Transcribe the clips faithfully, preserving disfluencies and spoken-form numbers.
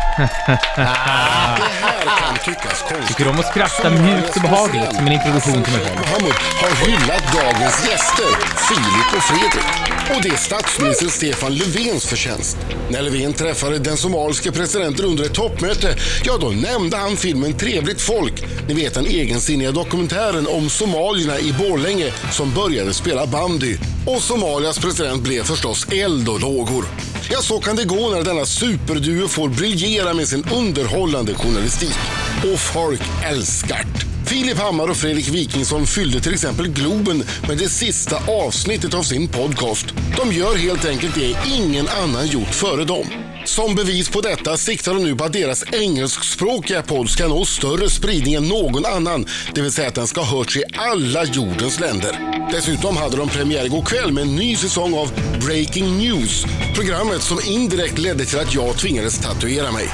Tycker om att skratta mjukt och behagligt som en introduktion till mig själv. Mohammed har hyllat dagens gäster, Filip och Fredrik. Och det är statsminister Stefan Löfvens förtjänst. När Löfven träffade den somaliska presidenten under ett toppmöte, ja då nämnde han filmen Trevligt folk. Ni vet den egensinniga dokumentären om somalierna i Borlänge som började spela bandy. Och Somalias president blev förstås eld och lågor. Ja, så kan det gå när denna superduo får briljera med sin underhållande journalistik. Och folk älskar det. Filip Hammar och Fredrik Wikingsson fyllde till exempel Globen med det sista avsnittet av sin podcast. De gör helt enkelt det ingen annan gjort före dem. Som bevis på detta siktar de nu på att deras engelskspråkiga podd ska nå större spridning än någon annan. Det vill säga att den ska ha hörts i alla jordens länder. Dessutom hade de premiär igår kväll med en ny säsong av Breaking News. Programmet som indirekt ledde till att jag tvingades tatuera mig.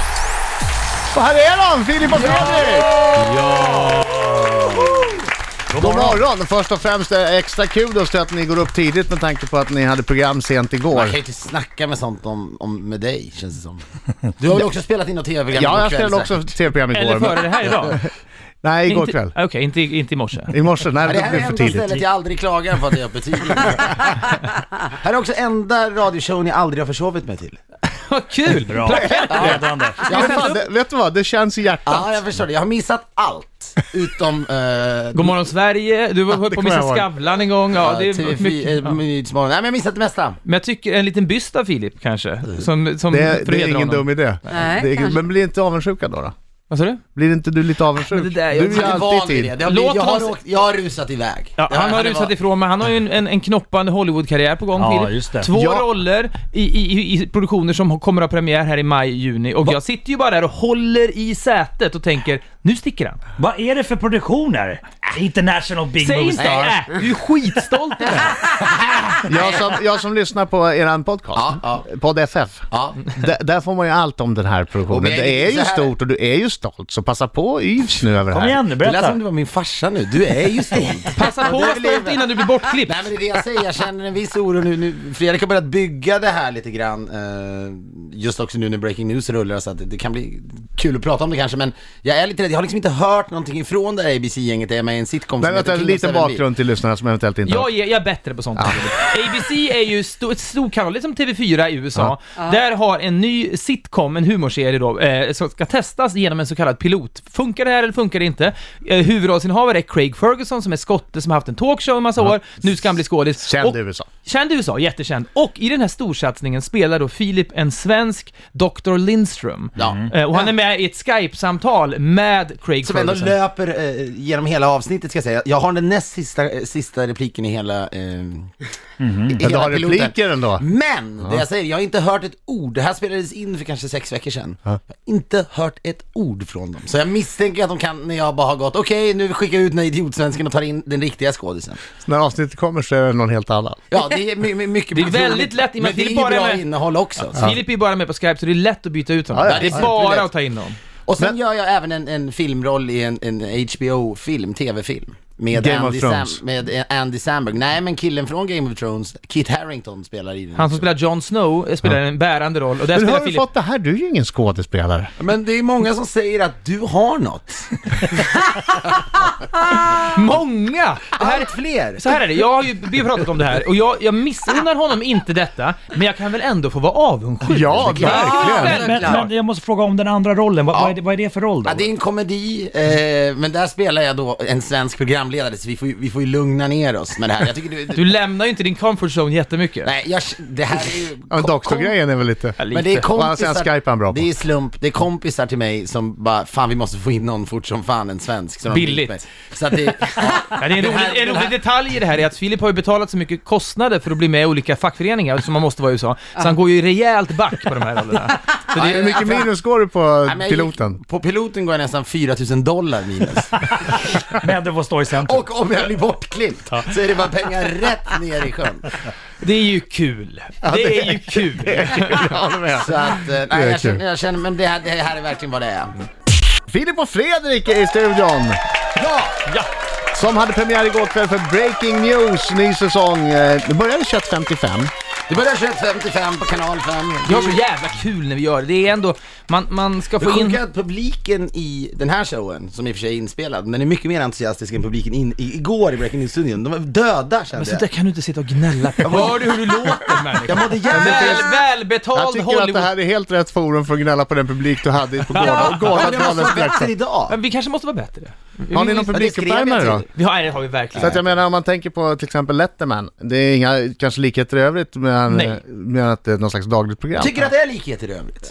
Och här är de, Filip och Fredrik! Ja! God morgon! Först och främst är det extra kul att ni går upp tidigt med tanke på att ni hade program sent igår. Man kan ju inte snacka med sånt om, om med dig, känns det som. Du har väl också spelat in något tv-program Ja, jag kväll, spelade också tv-program igår. Eller före det här idag? Nej, igår inte, kväll. Okej, okay, inte, inte i morse. I morse, nej, det det här blev är för enda tidigt. stället jag aldrig klagar på att det är öppet tidigt. Här är också enda radioshowen jag aldrig har försovit mig till. Vad kul! Bra. Ledande. Ja, men fan, det, vet du vad? Det känns i hjärtat. Ja, jag förstår det. Jag har missat allt. Utom... Uh, God morgon Sverige. Du var Ja, på att missa Skavlan en gång. Ja, ja, det är T V mycket, fyra, ja. Nyhetsmorgon. Nej, men jag har missat det mesta. Men jag tycker en liten byst av Filip kanske. Som, som Det, det är ingen honom. dum idé. Nej, det är, kanske. men blir inte avundsjuka då då? Vad sa du? Blir inte du lite avundsjuk? Men det där- du är ju Jag är van alltid i vid det. tid. Det har Låt blivit, jag, har oss- åkt, jag har rusat iväg. Ja, Det han har det rusat var- ifrån, men han har ju en, en, en knoppande Hollywood-karriär på gång, Ja, Filip. just det. Två Ja. roller i, i, i produktioner som kommer att ha premiär här i maj, juni. Och jag sitter ju bara där och håller i sätet och tänker, nu sticker han. Vad är det för produktioner? International Big Säg Movie inte, Stars. äh, du är skitstolt i det här. Jag som, jag som lyssnar på eran podcast, Ja, Podd F F, Ja. där, där får man ju allt om den här produktionen. Och men- Det är ju så här- stort och du är ju stolt, så passa på och yvs nu över det Kom här. igen nu, Det lät berätta. som du var min farsa nu. Du är ju stolt. Passa på att vara stolt innan du blir bortklippt. Nej, men det är det jag säger. Jag känner en viss oro nu. nu Fredrik har börjat bygga det här lite grann. Eh, just också nu när Breaking News rullar, så att det, det kan bli kul att prata om det kanske. Men jag är lite rädd. Jag har liksom inte hört någonting ifrån det här A B C-gänget. Det är med i en sitcom. Men som vänta, heter en King of liten Seven Beat. bakgrund till lyssnarna som eventuellt inte har. Jag är, jag är bättre på sånt. A B C är ju sto, ett stor kanal, lite som T V fyra i U S A. Där har en ny sitcom, en humorserie då, eh, som ska testas genom en så kallad pilot. Funkar det här eller funkar det inte? Eh, huvudrollsinnehavare är Craig Ferguson som är skotte som har haft en talkshow en massa år. Nu ska han bli skådis. Känd Och- i U S A. Känd i U S A, jättekänd. Och i den här storsatsningen spelar då Filip en svensk doktor Lindström. Ja. Eh, och han är med i ett Skype-samtal med Craig Som ändå Ferguson. löper eh, genom hela avsnittet, ska jag säga. Jag har den näst sista, eh, sista repliken i hela, eh, i Men du har repliker ändå. Men, det jag säger, jag har inte hört ett ord. Det här spelades in för kanske sex veckor sedan. Jag har inte hört ett ord från dem. Så jag misstänker att de kan, när jag bara har gått, okej, nu skickar jag ut den här idiotsvensken och tar in den riktiga skådisen. Så när avsnittet kommer så är det någon helt annan. Ja, det är my- my- mycket Det är mycket väldigt roligt. lätt i och med Men att det är Filip ju bara bra med- innehåll också. Så. Filip är bara med på Skype så det är lätt att byta ut honom. Ja, ja. Det är bara att ta in honom. Och sen Men- gör jag även en, en filmroll i en, en H B O-film, tv-film. Med Game of Andy, Thrones. Sam, med Andy Samberg. Nej, men killen från Game of Thrones, Kit Harington, spelar i den. Han som spelar Jon Snow spelar en bärande roll. Och där Men hur spelar har du Filip... fått det här? Du är ju ingen skådespelare. Men det är många som säger att du har något. Många! Det här är... Allt fler. Så här är det, jag har ju vi har pratat om det här och jag, jag missunnar honom inte detta, men jag kan väl ändå få vara avundsjuk. Ja, verkligen. Men, men jag måste fråga om den andra rollen. Vad, vad, är, det, vad är det för roll då? Ja, det är en komedi, eh, men där spelar jag då en svensk programledare, så vi får, ju- vi får ju lugna ner oss med det här. Jag tycker du, Du lämnar ju inte din comfort zone jättemycket. nej, jag, det här är ju... Ja, men doktorgrejen är väl lite... Ja, lite. Men det är Och sen kompisar, Skype är han bra på. det är slump, det är kompisar till mig som bara, fan vi måste få in någon fort som fan, en svensk. Så de Billigt. fick mig. Så att det, ja, Ja, det är en det rolig, här- en det rolig här- detalj i det här är att Filip har ju betalat så mycket kostnader för att bli med i olika fackföreningar som man måste vara i U S A. Så han går ju rejält back på de här rollerna. Så det Hur är, mycket minus går du på Nej, men jag piloten? gick- På piloten går jag nästan fyra tusen dollar minus. Men det får stå i centrum. Och om jag blir bortklippt så är det bara pengar rätt ner i sjön. det är ju kul. Det är ju kul. Så att, eh, är nej, jag, kul. känner, jag känner, men det här, det här är verkligen vad det är. Filip och Fredrik är i studion. Ja! Ja. Som hade premiär igår kväll för Breaking News, ny säsong. Eh, Det började tjugoett femtiofem. Det börjar tjugoett femtiofem på kanal fem. Vi har så jävla kul när vi gör det. Det är ändå, man, man ska få Det in... sjuka att publiken i den här showen, som i och för sig är inspelad, men den är mycket mer entusiastisk än publiken in, i, igår i Breaking News-studion. De var döda, kände Men så jag. där kan du inte sitta och gnälla på. Hör du hur du låter, människa? Jag mådde jävla... Väl, Jag välbetald tycker Hollywood... att det här är helt rätt forum för att gnälla på den publik du hade på gården. Ja, Gården men det måste vara bättre direkt. idag. Men vi kanske måste vara bättre. Har ni Vi- någon det publikuppvärmare skrev jag då? till. Vi har, det har vi verkligen. Så att jag menar, om man tänker på till exempel Letterman, det är inga kanske likheter i övrigt med, Nej. med att det är någon slags dagligt program. Tycker att det är likheter i övrigt?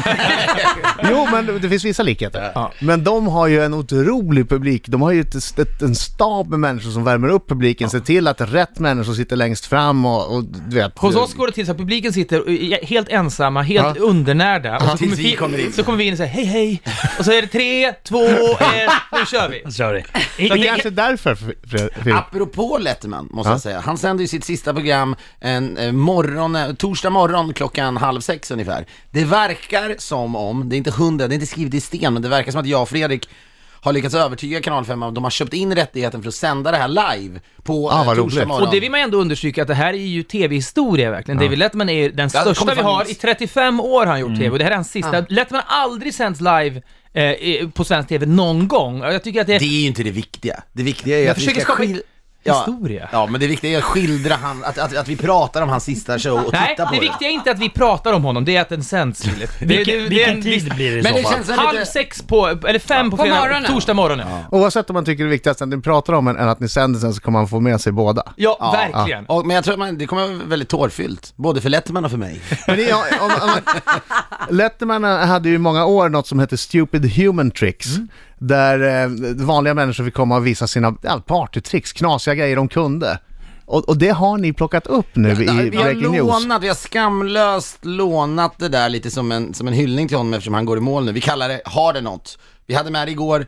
Jo, men det finns vissa likheter. Ja. Men de har ju en otrolig publik. De har ju ett, ett, en stab med människor som värmer upp publiken, ser till att rätt människor sitter längst fram och, och du vet. Hos oss går det till så att publiken sitter helt ensamma, helt Ja. undernärda. Och så kommer, Tills vi vi, kommer in. så kommer vi in och säger hej hej. Och så är det tre, två, ett, nu kör vi. Sorry. Det är kanske därför, Filip. Apropå Letterman, måste Ja. jag säga. Han sände ju sitt sista program en eh, morgon, eh, torsdag morgon klockan halv sex ungefär. Det verkar som om, det är inte hundra, det är inte skrivet i sten, men det verkar som att jag och Fredrik har lyckats övertyga kanal fem om de har köpt in rättigheten för att sända det här live på Ah, eh, vad torsdag roligt. morgon. Och det vill man ändå understryka att det här är ju tv-historia verkligen. David Letterman är den det största kommer vi från har. minst. I trettiofem år har han gjort tv och det här är hans sista. Letterman har aldrig sänds live eh, i- på svensk tv någon gång. Och jag tycker att det, Det är ju inte det viktiga. Det viktiga är jag att vi försöker ska skapa skil- historia. Ja, men det viktiga är att skildra han, att, att, att vi pratar om hans sista show och Nej, tittar på det det. viktiga är inte att vi pratar om honom, det är att den sänds. Filip. Det, det, Vilken, det, vilken är en- tid blir det i Men så det fall? känns som Halv lite... sex på, eller fem på, På fredag, morgonen. torsdag morgon. Ja, Oavsett om man tycker det är viktigast att ni pratar om än än att ni sänder sen, så kommer man få med sig båda. ja, verkligen. Och, men jag tror att man, det kommer vara väldigt tårfyllt, både för Letterman och för mig. Men det, om, om, om, Letterman hade ju i många år något som heter Stupid Human Tricks. Där eh, vanliga människor fick komma och visa sina ja, partytricks, knasiga grejer de kunde. Och, och det har ni plockat upp nu i vi har Breaking News. lånat, vi har skamlöst lånat det där lite som en, som en hyllning till honom eftersom han går i mål nu. Vi kallar det Har det något? Vi hade med det igår.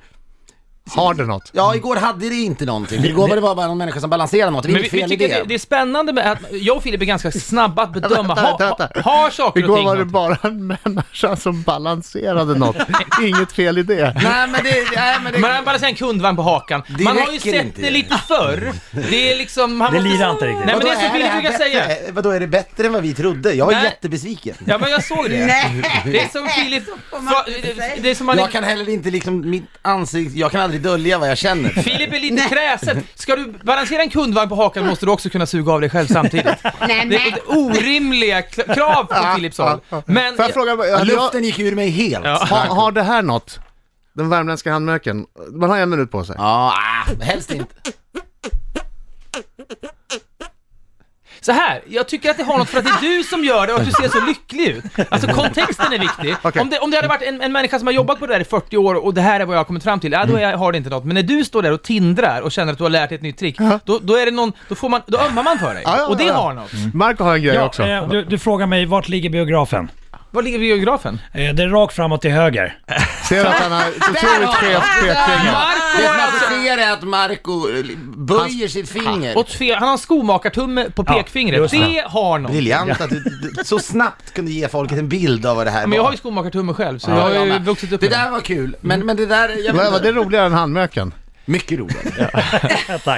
Har det något? Ja, igår hade det inte någonting. Igår var det bara någon människa som balanserade något. Det är Men inget vi, vi fel tycker idé. det, det är spännande med att jag och Filip är ganska snabba att bedöma. Vänta, Ha, vänta, ha, vänta. har saker och Igår ting var det något? bara en människa som balanserade något. Inget fel i det. Nej, men det... Nej, men det... Man bara säger en kundvagn på hakan. Det Man har ju räcker sett inte. det lite förr. Det är liksom... Man Det måste- lirar inte riktigt. Nej, men Vadå, det är som är Filip här brukar bättre? säga. Vadå, är det bättre än vad vi trodde? Jag är Nej. jättebesviken. Ja, men jag såg det. Nej. Det är som Filip... man inte säga. Det är som man... Jag kan heller inte liksom, mitt ansikte, jag kan aldrig dölja vad jag känner. Filip är lite kräsen. Ska du balansera en kundvagn på hakan måste du också kunna suga av dig själv samtidigt. Nej, Det är men. ett orimliga kl- krav från Filips håll. Men... Får jag fråga, hade jag, Luften gick ur mig helt. Ja. har, har det här något? Den värmländska handmöken? Man har en minut på sig. Ja, ah, helst inte. Så här, jag tycker att det har något för att det är du som gör det och att du ser så lycklig ut. Alltså kontexten är viktig. Okej. Om, det, om det hade varit en, en människa som har jobbat på det där i fyrtio år och det här är vad jag har kommit fram till, ja då är, har det inte något. Men när du står där och tindrar och känner att du har lärt dig ett nytt trick, då, då är det någon, då får man, då ömmar man för dig. Ja, ja, Och det ja. har något. Marco har en grej Ja, också. eh, du, du frågar mig, vart ligger biografen? Var ligger biografen? Eh, det är rakt framåt till höger. Ser att han har ett otroligt skevt pekfinger. Marco Det har som alltså... alltså sker är att Marco böjer sitt finger. Åt fel, han har en skomakartumme på Ja, pekfingret. just det det. har något. Briljant att du, du så snabbt kunde ge folket en bild av vad det här Men var. jag har ju skomakartumme själv, så Ja, jag har jag ju med. vuxit upp Det med där var kul, men, men det där... Jag vet Vad var inte. det roligare än handmöken? Mycket roligare. Tack.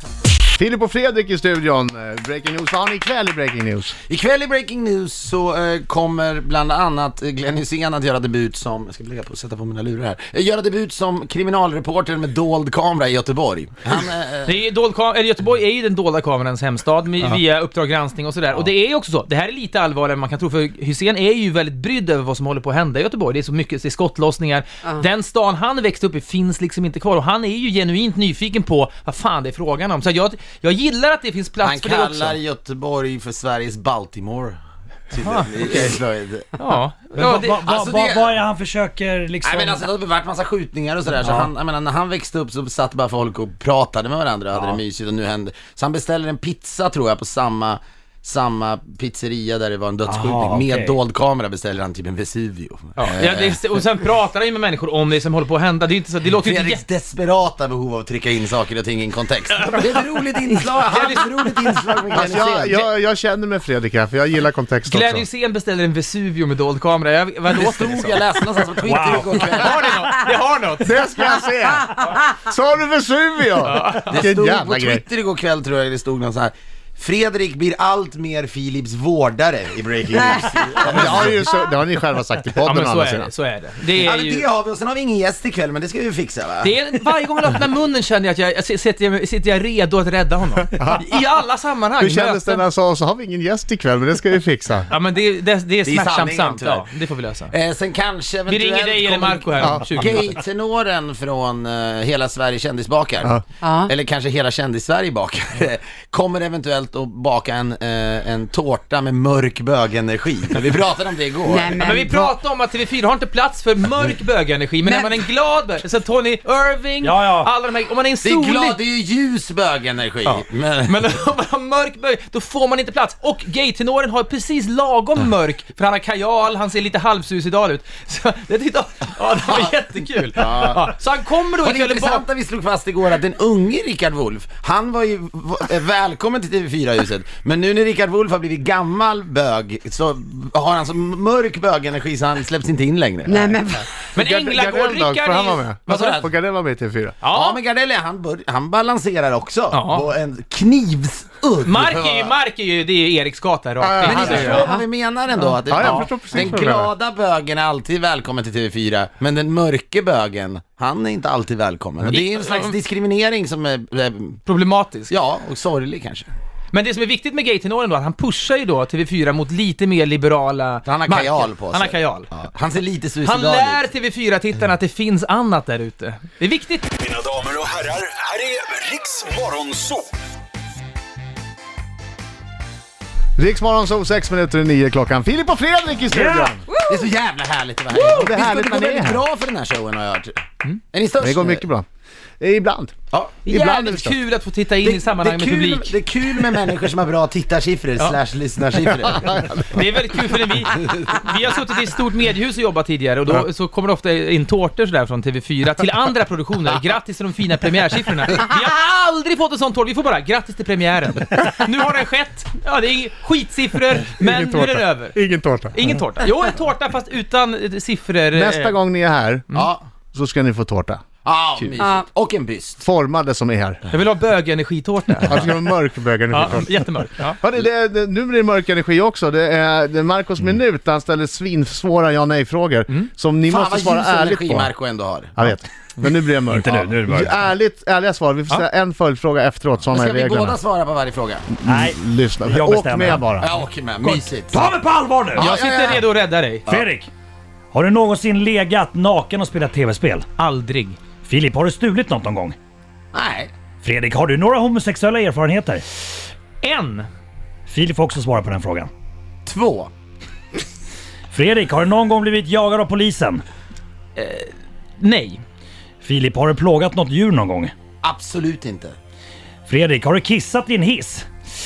Filip och Fredrik i studion. Eh, Breaking News. Vad har ni ikväll i Breaking News? Ikväll i Breaking News så eh, kommer bland annat eh, Glenn Hysén att göra debut som, jag ska lägga på, sätta på mina lurar här, eh, göra debut som kriminalreporter med dold kamera i Göteborg. Han, eh, Det är dold kam- eller Göteborg är ju den dolda kamerans hemstad med, via Uppdrag granskning och sådär. Och det är ju också så, det här är lite allvarligare än man kan tro, för Hysén är ju väldigt brydd över vad som håller på att hända i Göteborg. Det är så mycket, det är skottlossningar. Den stan han växte upp i finns liksom inte kvar och han är ju genuint nyfiken på vad fan det är frågan om. Så jag, jag gillar att det finns plats han för det också. kallar Göteborg för Sveriges Baltimore. Ah, okay. Ja, Men ja vad det, va, va, alltså va, det- vad är det han försöker liksom... Nej men alltså det har varit massa skjutningar och sådär, så Ja. han, jag menar, när han växte upp så satt bara folk och pratade med varandra och hade Ja. det mysigt och nu hände. Så han beställer en pizza tror jag på samma samma pizzeria där det var en dödsskjutning. Aha, med okej. dold kamera beställer han typ en Vesuvio. ja, ja, det är, och sen pratar han ju med människor om det som håller på att hända. Det är inte så, det låter ju inte Fredriks jätte... desperata behov av att trycka in saker och ting i en kontext. Det är ett roligt inslag, han är ett roligt inslag med Alltså, Glenn jag, Hysén. jag, jag känner med Fredrik här, för jag gillar kontext Glenn också. Hysén beställer en Vesuvio med dold kamera. Jag, vad Det låter stod, det som? jag läste någonstans på Twitter Wow. igår kväll. Har det något? Det har något. Det ska jag se! Sa du Vesuvio? Det Vilken stod jävla på grej. Twitter igår kväll tror jag det stod någon så här. Fredrik blir allt mer Philips vårdare i Breaking News. Men det, har ju så, det har ni själva sagt i podden. Ja, men så alla är sidan. det, så är det. Det Ja, är men ju... det har vi, och sen har vi ingen gäst ikväll, men det ska vi ju fixa, va? Det är, varje gång han öppnar munnen känner jag att jag, jag sitter, jag, sitter jag redo att rädda honom. I alla sammanhang. Hur kändes det Möten. när han sa så har vi ingen gäst ikväll, men det ska vi fixa. Ja, men det, det, det är smärtsamt sanningen, samt. tyvärr. Ja, det får vi lösa. Eh, sen kanske Vi eventuellt ringer dig eller kommer- Marco här om tjugo minuter. Gay-tenoren från uh, Hela Sverige kändisbakar, Ja. Ja. eller kanske Hela Kändis-Sverige bakar, kommer eventuellt att baka en, uh, en tårta med mörk bögenergi. För vi pratade om det igår. Nej, Ja, men vi pratade om att T V fyra har inte plats för mörk bögenergi, men, Men- är man en glad bög, så Tony Irving, Ja, ja. alla de här, om man är en Det är, solig... glad, det är ju ljus bögenergi. Ja. Men, Men om man har mörk bög, då får man inte plats. Och gay-tenoren har precis lagom mörk, för han har kajal, han ser lite halvsuicidal ut. Så det tyckte jag, ja, det var jättekul. Ja. Så han kommer då och det ikväll intressanta bak... vi slog fast igår att den unge Rickard Wolff, han var ju v- välkommen till T V fyra-huset. Men nu när Rickard Wolff har blivit gammal bög, så har han så mörk bögenergi så han släpps inte in längre. Nej men Men Änglagård, Gardell, Rickard... får han vara med? Vad sa du? Får Gardell vara med i T V fyra? Ja, Ja, men Gardell, han, bör, han balanserar också Ja. på en knivsudd. Mark är ju, Mark är ju, det är Eriksgata rakt Ja, in. Men han ni är- förstår vad vi menar ändå, att det, Ja, jag förstår precis den vad du menar. glada bögen är alltid välkommen till T V fyra, men den mörke bögen, han är inte alltid välkommen. Och det är en slags diskriminering som är, eh, Problematisk. ja, och sorglig kanske. Men det som är viktigt med gay-tenoren då, att han pushar ju då T V fyra mot lite mer liberala... Han har marker. kajal på sig. Han har kajal. Ja. Han ser lite Han suicidal lär ut. T V fyra-tittarna att det finns annat där ute. Det är viktigt. Mina damer och herrar, här är Riks Morgonzoo! Riksmorgon så sex minuter i nio klockan. Filip och Fredrik i studion. Ja! Det är så jävla härligt att vara här. det är Vi härligt skulle gå när ni är väldigt här. bra för den här showen, har jag hört. Är ni störst? Det går mycket bra. Ibland. Ja. Ibland är det Jävligt så. kul att få titta in i sammanhang med det, är kul, publik. det är kul med människor som har bra tittarsiffror slash lyssnarsiffror. Det är väldigt kul för när vi, vi har suttit i ett stort mediehus och jobbat tidigare och då så kommer det ofta in tårtor sådär från T V fyra till andra produktioner. Grattis till de fina premiärsiffrorna. Vi har aldrig fått en sån tårta, vi får bara grattis till premiären. Nu har den skett, ja det är inga skitsiffror, men Ingen nu är den tårta. över. Ingen tårta. Ingen tårta. Jo, en tårta fast utan eh, siffror. Nästa eh, gång ni är här Ja, så ska ni få tårta. ja, mysigt. Ja. Och en byst. Formade som är här. Jag vill ha bögenergitårta. Ja, det ska vara mörk Ja, bögenergitårta. jättemörk. Ja. Hörrni, det, det, nu blir det mörk energi också. Det är, det är Marcos minut där han ställer svinsvåra ja nej-frågor som ni Fan måste vad svara ljus ärligt energi på. Marco ändå har. Jag vet. Men nu blir det mörkt. Inte nu, nu är det mörkt. Ärligt, ärliga svar. Vi får ställa en följdfråga efteråt. Sådana Ska är vi reglerna. båda svara på varje fråga? Nej, Lyssna. Jag Åk bestämmer. med bara. Jag åker med, mysigt. ta mig på allvar nu! Jag sitter ja, ja. redo att rädda dig. Fredrik, har du någonsin legat naken och spelat tv-spel? Aldrig. Filip, har du stulit något någon gång? Nej. Fredrik, har du några homosexuella erfarenheter? En. Filip får också svara på den frågan. Två. Fredrik, har du någon gång blivit jagad av polisen? Nej. Filip, har du plågat något djur någon gång? Absolut inte. Fredrik, har du kissat i en hiss?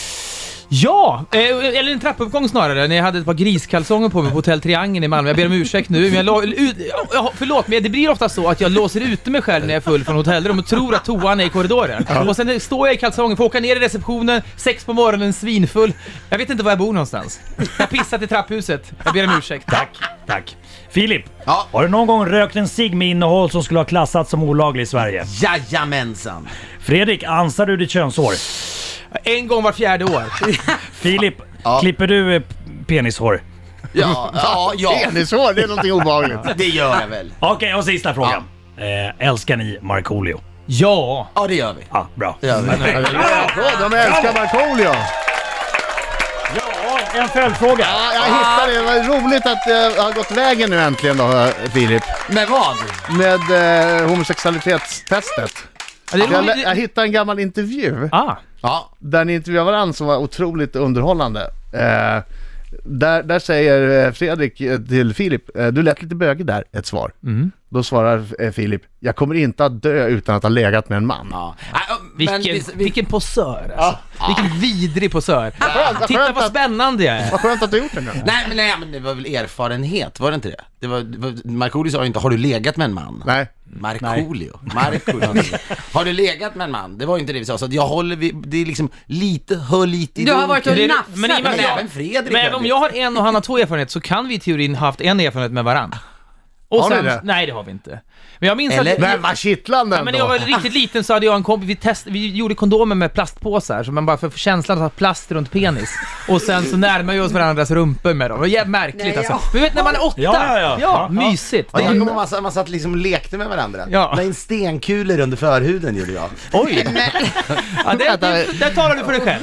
Ja, eh, eller en trappuppgång snarare, när jag hade ett par griskalsonger på mig på Hotell Triangeln i Malmö. Jag ber om ursäkt nu, men jag la, ut, ja, förlåt, men det blir ofta så att jag låser ute mig själv när jag är full från hotellrum och tror att toan är i korridoren. Och sen står jag i kalsonger, får åka ner i receptionen, sex på morgonen, svinfull. Jag vet inte var jag bor någonstans. Jag har pissat i trapphuset. Jag ber om ursäkt. Tack, tack. Filip, Ja. har du någon gång rökt en cigg med innehåll som skulle ha klassats som olaglig i Sverige? Jajamensan. Fredrik, ansar du ditt könshår? En gång var fjärde år. Filip, Ja. klipper du eh, penishår? Ja, ja, ja. Penishår, det är någonting obehagligt. Det gör jag väl. Okej, och sista frågan. Eh, älskar ni Markoolio? Ja. Ja, det gör vi. Ja, bra. Det gör vi. Ja, de älskar Markoolio. Ja, en följdfråga. Ja, jag hittade det. Det var roligt att det har gått vägen nu äntligen då, Filip. Med vad? Med eh, homosexualitetstestet. Ja, det är Jag, roligt. jag hittade en gammal intervju Ah. Ja. där ni intervjuar varandra som var otroligt underhållande. Eh, där, där säger eh, Fredrik eh, till Filip, eh, du lät lite bögig där, ett svar. Då svarar eh, Filip, jag kommer inte att dö utan att ha legat med en man. Ja. Nej, men Vilken, vi, vi, vilken posör alltså. Vilken vidrig posör. vad Titta skönt vad att- spännande jag är. Vad skönt att du har gjort det nu. nej, men, nej, men det var väl erfarenhet, var det inte det? Det var, det var Markoolio sa ju inte, har du legat med en man? Nej. Markoolio. Markoolio. Har du legat med en man? Det var ju inte det vi sa. Så att jag håller vid, det är liksom lite, hör lite i Du har varit och dunkel. Det- nafsat. men i och med Men att jag- även Fredrik. Men även om jag har en och han har två erfarenheter så kan vi i teorin haft en erfarenhet med varann. Och Har ni sen, det? nej, det har vi inte. Men jag minns Eller- att... Men vad kittlande Ja, men när jag var riktigt liten så hade jag en kompis, vi, test, vi gjorde kondomer med plastpåsar, så man bara för för känslan att ha plast runt penis. Och sen så närmar vi oss varandras rumpor med dem. Det var jävligt märkligt Nej, alltså. ja. Men vet när man är åtta? Ja, ja, ja. ja Ja, mysigt. Ja, Det jag är, kommer man, man satt liksom och lekte med varandra. Ja. La in stenkulor under förhuden gjorde jag. oj! Ja, det, det, där talar du för dig själv.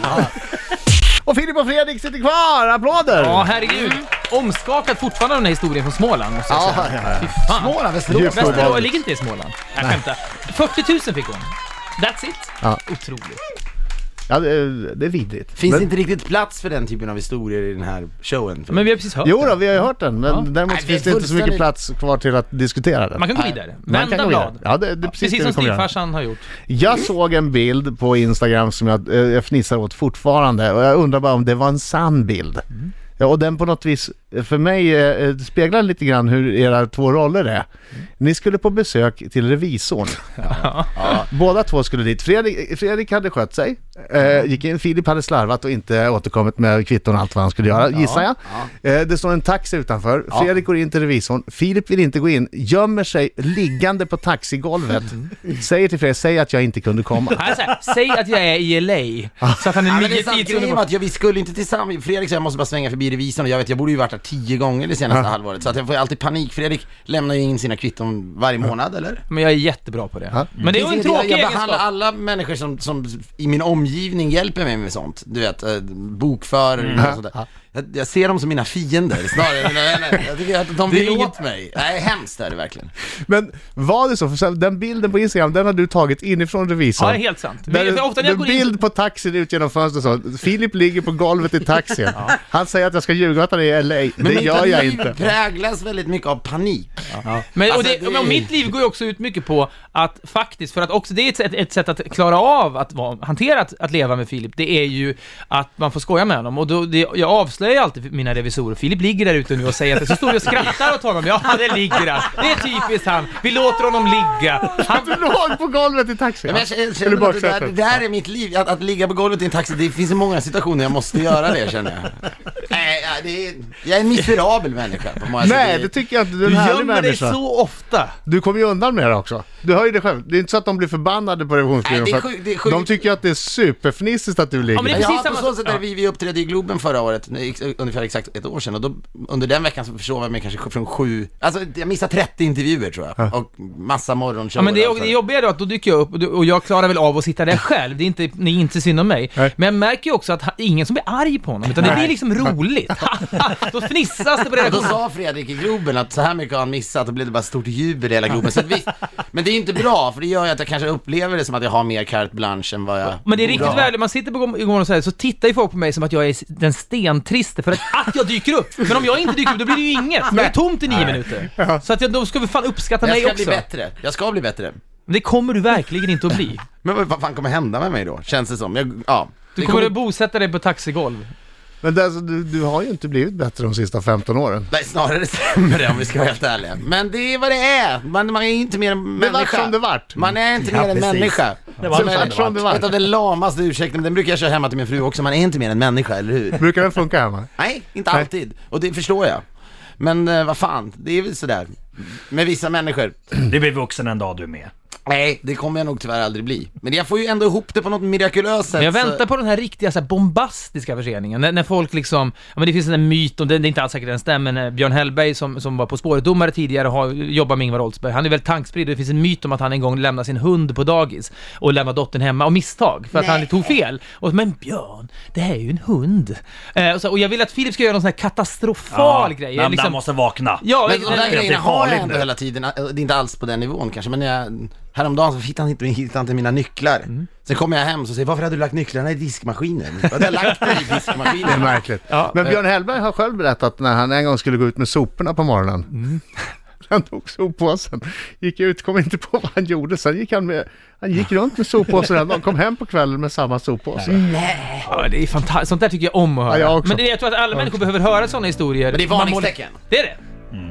Och Filip och Fredrik sitter kvar, applåder! Ja, herregud. Omskakat fortfarande av den här historien från Småland, måste jag Ja, säga. ja, ja. Fy fan. Småland, Västerås. Djupt Västerås obehagligt. ligger inte i Småland. Jag skämtar. fyrtio tusen fick hon. That's it. Ja. Otroligt. Ja, det är, det är vidrigt. Finns men, det inte riktigt plats för den typen av historier i den här showen? Men vi har precis hört Jo då, det. vi har ju hört den, men Ja. däremot Nej, finns det är det inte så mycket fullständigt- plats kvar till att diskutera den. Man kan gå Nej. vidare. Man kan Vända gå vidare. blad. Ja, det, det är precis, Precis det vi som kommer göra. styvfarsan har gjort. Jag såg en bild på Instagram som jag, eh, jag fnissar åt fortfarande och jag undrar bara om det var en sann bild. Mm. Ja, och den på något vis, för mig, eh, speglar lite grann hur era två roller är. Mm. Ni skulle på besök till revisorn. Ja. Båda två skulle dit. Fredrik, Fredrik hade skött sig. Eh, gick in, Filip hade slarvat och inte återkommit med kvitton och allt vad han skulle göra, gissar jag. Eh, det står en taxi utanför. Ja. Fredrik går in till revisorn. Filip vill inte gå in, gömmer sig liggande på taxigolvet. Säger till Fredrik, säg att jag inte kunde komma. Han är så här, säg att jag är i L A. Så att han är Ja, men det nio är sant, tio grejen sekunder var bort. att jag, vi skulle inte tillsammans, Fredrik sa jag måste bara svänga förbi revisorn och jag vet, jag borde ju varit där tio gånger det senaste halvåret, så att jag får ju alltid panik. Fredrik lämnar ju in sina kvitton varje månad, eller? Men jag är jättebra på det. Ja. Men det är ju en Finns tråkig jag, jag behandlar egenskap. alla människor som, som i min omgivning hjälper mig med sånt. Du vet, eh, bokförare och sådär. Jag, jag ser dem som mina fiender snarare än mina vänner. Jag tycker att de Det är vill inget- åt mig. Nej, hemskt är det verkligen. Men var det så? För så- den bilden på Instagram, den har du tagit inifrån revisorn. Ja, det är helt sant. Där, Men för ofta när jag en går in bild på taxin ut genom fönstret så. Filip ligger på golvet i taxin. Han säger att jag ska ljuga att han är i L A. Men det mitt gör jag liv inte. präglas väldigt mycket av panik. Men, och, Alltså, det, det- men mitt liv går ju också ut mycket på att faktiskt, för att också det är ett, sätt- ett sätt att klara av att vara, hantera att, att leva med Filip, det är ju att man får skoja med honom. Och då, det, jag avslöjar ju alltid mina revisorer. Filip ligger där ute nu och säger att så står vi och skrattar åt honom. Ja, det ligger han. Det är typiskt han. Vi låter honom ligga. Han, Du låg på golvet i taxin. Men jag känner, Eller känner att det, där, baksätet. det där är mitt liv, att, att ligga på golvet i en taxi, det finns i många situationer jag måste göra det, känner jag. Nej, ja, det är, jag är en miserabel människa på många sätt. Nej, det tycker jag inte. Du är du en härlig gömmer dig människa. så ofta. Du kommer ju undan med det också. Du hör ju det själv. Det är inte så att de blir förbannade på revisionsbyrån. Nej, det är för att sjukt, det är sjukt. De tycker att det är superfnissigt att du ligger. Ja, men det är Ja, precis på samma så sätt ja. är vi, vi uppträdde i Globen förra året, ex- ungefär exakt ett år sedan, och då, under den veckan så försov jag mig kanske från sju, alltså jag missade trettio intervjuer tror jag, och massa morgonshower. Ja, men det, är, alltså. det jobbiga är då att då dyker jag upp och, du- och jag klarar väl av att sitta där själv. Det är inte, det är inte synd om mig. Nej. Men jag märker ju också att han, ingen som blir arg på honom, utan det blir liksom roligt. Då fnissas det på Ja, då redaktionen. sa Fredrik i Globen att så här mycket har han missat, och blev det bara stort jubel i hela Globen. Så att vi, men det är inte bra, för det gör ju att jag kanske upplever det som att jag har mer carte blanche än vad jag Men det är borde riktigt ha. värdigt, man sitter på gång och så här, så tittar ju folk på mig som att jag är den stentriste för att, att jag dyker upp. Men om jag inte dyker upp, då blir det ju inget. Det är tomt i nio minuter. Så att jag, då ska vi fan uppskatta Jag mig ska också. bli bättre, jag ska bli bättre. Men det kommer du verkligen inte att bli. Men vad vad fan kommer hända med mig då? Känns det som, jag, ja. Du Det kommer att bosätta dig på taxigolv. Men det, alltså, du, du har ju inte blivit bättre de sista femton åren. Nej, snarare sämre om vi ska vara helt ärliga. Men det är vad det är. Man, man är inte mer en Det människa. vart som det vart. Man är inte Ja, mer en precis. människa. Det var Så som vart det som det var. var. Ett av de lamaste ursäkterna, men den brukar jag köra hemma till min fru också. Man är inte mer en människa, eller hur? Brukar den funka hemma? Nej, inte Nej. alltid. Och det förstår jag. Men eh, vad fan, det är väl sådär. Med vissa människor. Det blir vuxen en dag du med. Nej, det kommer jag nog tyvärr aldrig bli. Men jag får ju ändå ihop det på något mirakulöst sätt. Men jag så- väntar på den här riktiga så här, bombastiska förseningen. När, när folk liksom, ja men det finns en myt, och det, det är inte alls säkert den stämmer, men Björn Hellberg som, som var på spåret-domare tidigare och har jobbat med Ingvar Oldsberg, han är väldigt tankspridd. Det finns en myt om att han en gång lämnade sin hund på dagis och lämnade dottern hemma av misstag för att Nej. han tog fel. Och, men Björn, det här är ju en hund. Eh, och, så, och jag vill att Filip ska göra någon sån här katastrofal grej. Men liksom, man måste vakna. ja, Men de nej, där nej, grejerna det är har jag farligt ändå nu. hela tiden. Det är inte alls på den nivån kanske, men jag, häromdagen så hittade han inte, hittade han inte mina nycklar. Mm. Sen kommer jag hem och säger, varför hade du lagt nycklarna i diskmaskinen? Vad hade jag lagt dem i Det är diskmaskinen? märkligt. Ja. Men Björn Hellberg har själv berättat när han en gång skulle gå ut med soporna på morgonen. Mm. Han tog soppåsen, gick ut, kom inte på vad han gjorde. Sen gick han med, han gick runt med soppåsen en dag, kom hem på kvällen med samma soppåse. Ja, det är fantastiskt. Sånt där tycker jag om att höra. Ja, jag också. Men det är, jag tror att alla människor behöver höra sådana historier. Men det är Man varningstecken. målar- Det är det.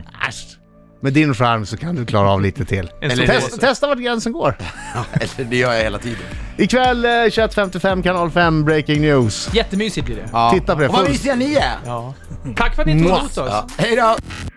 Med din skärm så kan du klara av lite till. En Eller- soppåse. Test, testa vart gränsen går. Ja, eller det gör jag hela tiden. Ikväll eh, tjugoett femtiofem kanal fem Breaking News. Jättemysigt blir det. Ja. Titta på det. Och vad Full- mysiga ni är! Ja. Tack för att ni tog emot oss. Ja. Hej då!